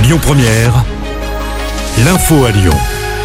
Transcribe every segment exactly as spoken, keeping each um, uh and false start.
Lyon Première, l'info à Lyon.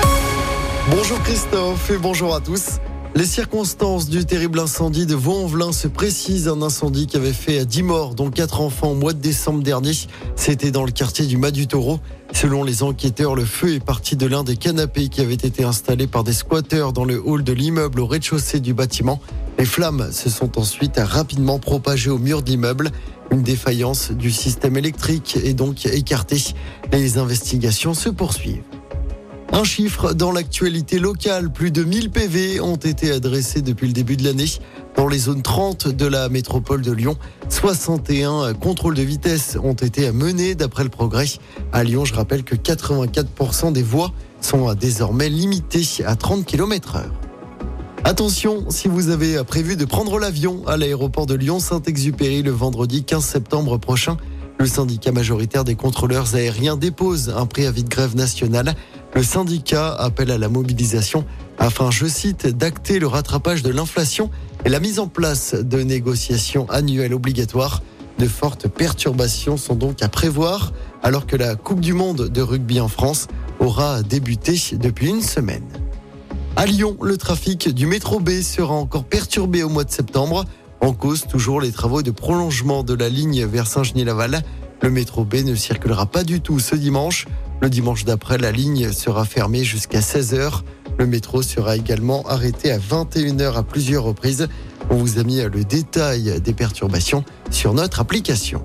Bonjour Christophe et bonjour à tous. Les circonstances du terrible incendie de Vaux-en-Velin se précisent. Un incendie qui avait fait dix morts, dont quatre enfants au mois de décembre dernier. C'était dans le quartier du Mas du Taureau. Selon les enquêteurs, le feu est parti de l'un des canapés qui avaient été installés par des squatteurs dans le hall de l'immeuble au rez-de-chaussée du bâtiment. Les flammes se sont ensuite rapidement propagées au mur de l'immeuble. Une défaillance du système électrique est donc écartée. Les investigations se poursuivent. Un chiffre dans l'actualité locale, plus de mille P V ont été adressés depuis le début de l'année. Dans les zones trente de la métropole de Lyon, soixante et un contrôles de vitesse ont été menés d'après le Progrès. À Lyon, je rappelle que quatre-vingt-quatre pour cent des voies sont désormais limitées à trente kilomètres heure. Attention, si vous avez prévu de prendre l'avion à l'aéroport de Lyon-Saint-Exupéry le vendredi quinze septembre prochain, le syndicat majoritaire des contrôleurs aériens dépose un préavis de grève nationale. Le syndicat appelle à la mobilisation afin, je cite, d'acter le rattrapage de l'inflation et la mise en place de négociations annuelles obligatoires. De fortes perturbations sont donc à prévoir alors que la Coupe du Monde de rugby en France aura débuté depuis une semaine. À Lyon, le trafic du métro B sera encore perturbé au mois de septembre. En cause, toujours les travaux de prolongement de la ligne vers Saint-Genis-Laval. Le métro B ne circulera pas du tout ce dimanche. Le dimanche d'après, la ligne sera fermée jusqu'à seize heures. Le métro sera également arrêté à vingt et une heures à plusieurs reprises. On vous a mis le détail des perturbations sur notre application.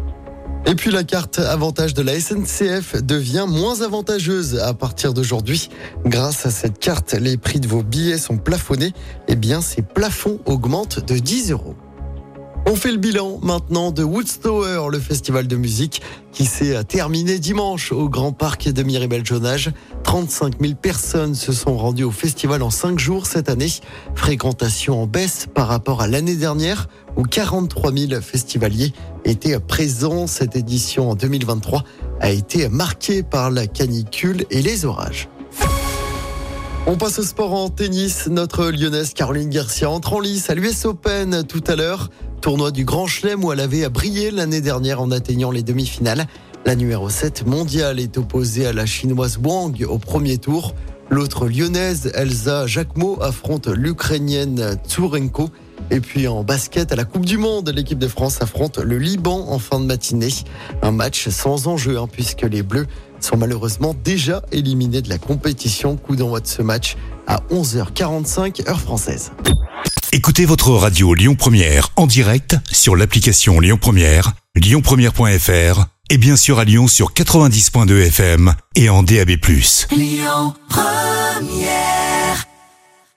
Et puis la carte avantage de la S N C F devient moins avantageuse à partir d'aujourd'hui. Grâce à cette carte, les prix de vos billets sont plafonnés. Eh bien, ces plafonds augmentent de dix euros. On fait le bilan maintenant de Woodstower, le festival de musique qui s'est terminé dimanche au Grand Parc de Miribel-Jonage. trente-cinq mille personnes se sont rendues au festival en cinq jours cette année. Fréquentation en baisse par rapport à l'année dernière où quarante-trois mille festivaliers étaient présents. Cette édition en deux mille vingt-trois a été marquée par la canicule et les orages. On passe au sport en tennis. Notre lyonnaise Caroline Garcia entre en lice à l'U S Open tout à l'heure. Tournoi du Grand Chelem où elle avait brillé l'année dernière en atteignant les demi-finales. La numéro sept mondiale est opposée à la chinoise Wang au premier tour. L'autre lyonnaise, Elsa Jacquemot, affronte l'Ukrainienne Tsurenko. Et puis en basket, à la Coupe du Monde, l'équipe de France affronte le Liban en fin de matinée. Un match sans enjeu hein, puisque les Bleus sont malheureusement déjà éliminés de la compétition. Coup d'envoi de ce match à onze heures quarante-cinq, heure française. Écoutez votre radio Lyon Première en direct sur l'application Lyon Première, lyon première point f r et bien sûr à Lyon sur quatre-vingt-dix point deux F M et en D A B plus. Lyon Première.